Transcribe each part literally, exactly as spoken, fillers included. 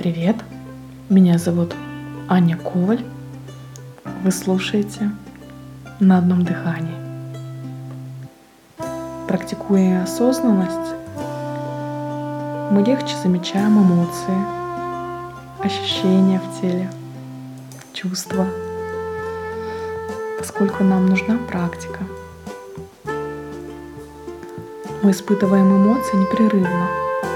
Привет, меня зовут Аня Коваль. Вы слушаете «На одном дыхании». Практикуя осознанность, мы легче замечаем эмоции, ощущения в теле, чувства, поскольку нам нужна практика. Мы испытываем эмоции непрерывно.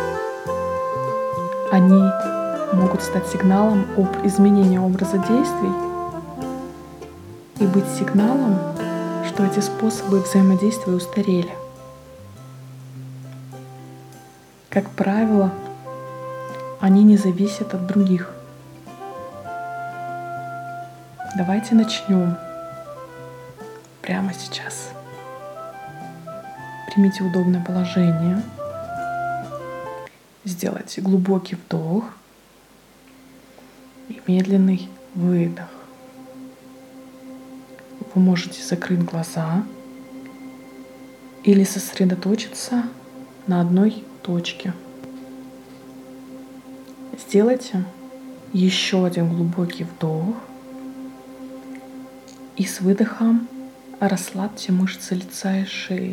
Они могут стать сигналом об изменении образа действий и быть сигналом, что эти способы взаимодействия устарели. Как правило, они не зависят от других. Давайте начнем прямо сейчас. Примите удобное положение. Сделайте глубокий вдох и медленный выдох. Вы можете закрыть глаза или сосредоточиться на одной точке. Сделайте еще один глубокий вдох и с выдохом расслабьте мышцы лица и шеи.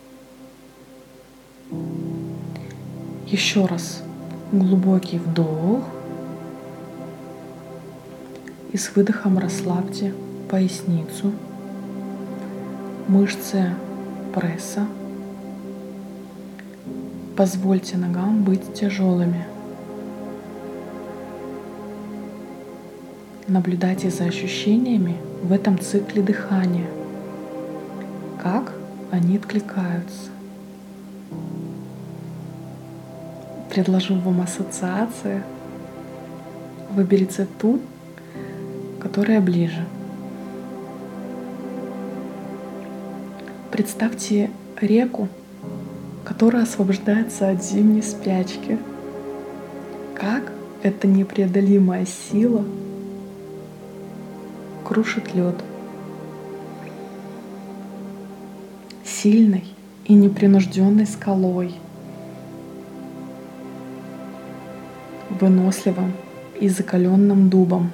Еще раз глубокий вдох и с выдохом расслабьте поясницу, мышцы пресса. Позвольте ногам быть тяжелыми. Наблюдайте за ощущениями в этом цикле дыхания, как они откликаются. Предложу вам ассоциации. Выберите ту, которая ближе. Представьте реку, которая освобождается от зимней спячки. Как эта непреодолимая сила крушит лед. Сильной и непринужденной скалой. Выносливым и закаленным дубом.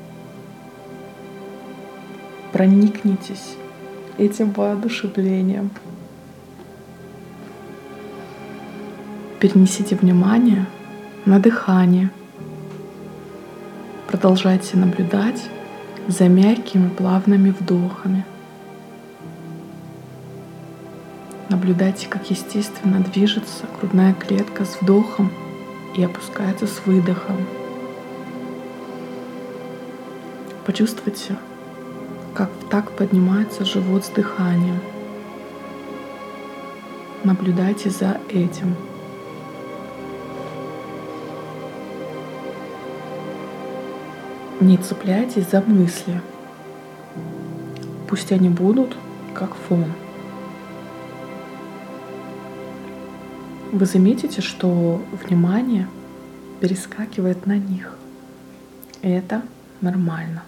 Проникнитесь этим воодушевлением. Перенесите внимание на дыхание. Продолжайте наблюдать за мягкими плавными вдохами. Наблюдайте, как естественно движется грудная клетка с вдохом и опускается с выдохом. Почувствуйте, как так поднимается живот с дыханием. Наблюдайте за этим. Не цепляйтесь за мысли. Пусть они будут как фон. Вы заметите, что внимание перескакивает на них. Это нормально.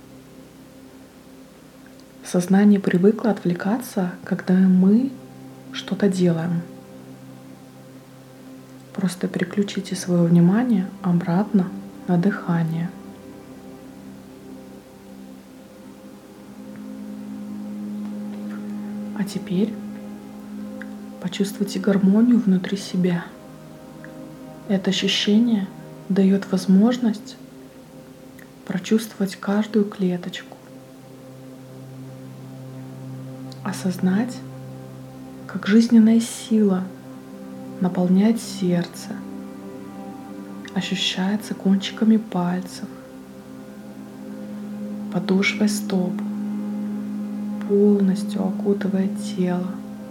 Сознание привыкло отвлекаться, когда мы что-то делаем. Просто переключите свое внимание обратно на дыхание. А теперь почувствуйте гармонию внутри себя. Это ощущение дает возможность прочувствовать каждую клеточку, осознать, как жизненная сила наполняет сердце, ощущается кончиками пальцев, подошвой стоп, полностью окутывая тело.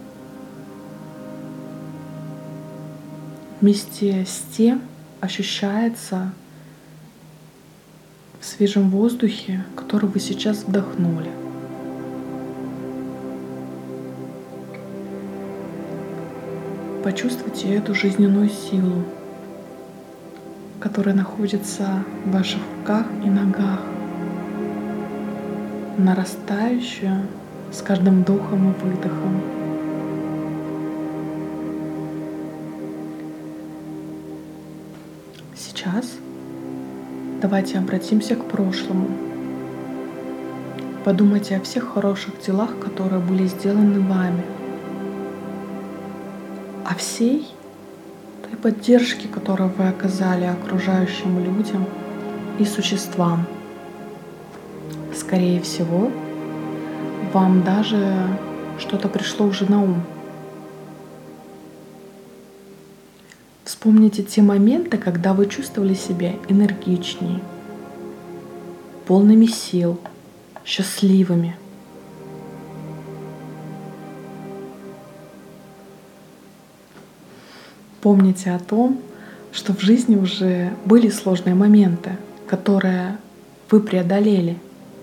Вместе с тем ощущается в свежем воздухе, который вы сейчас вдохнули. Почувствуйте эту жизненную силу, которая находится в ваших руках и ногах, нарастающую с каждым вдохом и выдохом. Сейчас Давайте обратимся к прошлому. Подумайте о всех хороших делах, которые были сделаны вами. О всей той поддержке, которую вы оказали окружающим людям и существам. Скорее всего, вам даже что-то пришло уже на ум. Вспомните те моменты, когда вы чувствовали себя энергичнее, полными сил, счастливыми. Помните о том, что в жизни уже были сложные моменты, которые вы преодолели.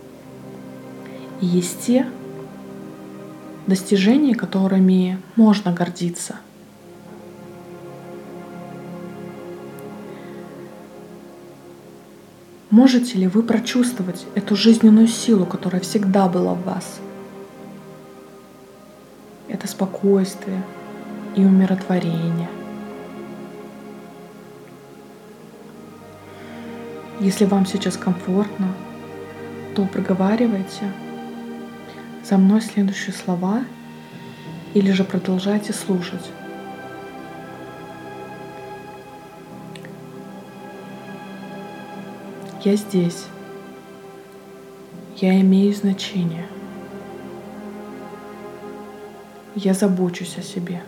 И есть те достижения, которыми можно гордиться. Можете ли вы прочувствовать эту жизненную силу, которая всегда была в вас? Это спокойствие и умиротворение. Если вам сейчас комфортно, то проговаривайте за мной следующие слова или же продолжайте слушать. Я здесь. Я имею значение. Я забочусь о себе.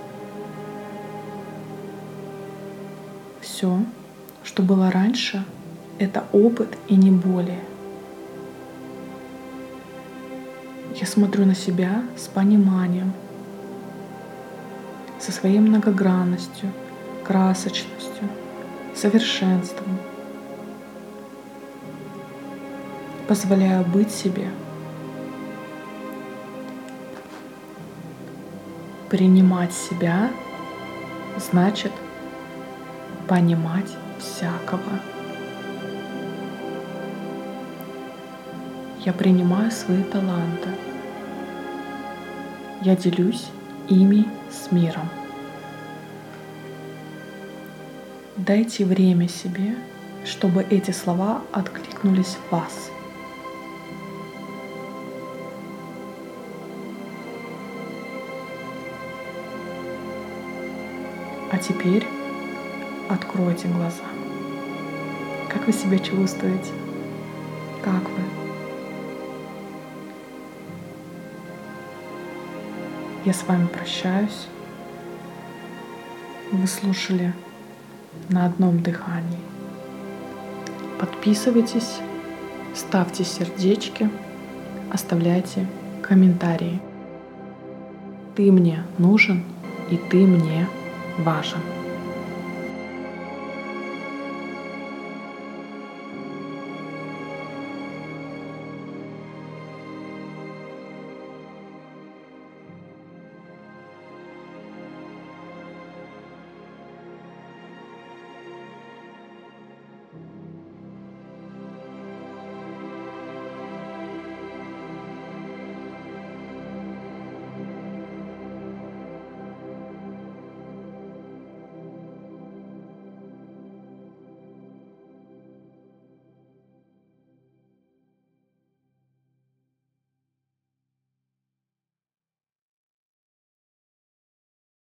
Все, что было раньше, это опыт и не более. Я смотрю на себя с пониманием, со своей многогранностью, красочностью, совершенством. Позволяю быть себе. Принимать себя значит понимать всякого. Я принимаю свои таланты. Я делюсь ими с миром. Дайте время себе, чтобы эти слова откликнулись в вас. А теперь откройте глаза. Как вы себя чувствуете? Как вы? Я с вами прощаюсь. Вы слушали на одном дыхании. Подписывайтесь, ставьте сердечки, оставляйте комментарии. Ты мне нужен, и ты мне важен.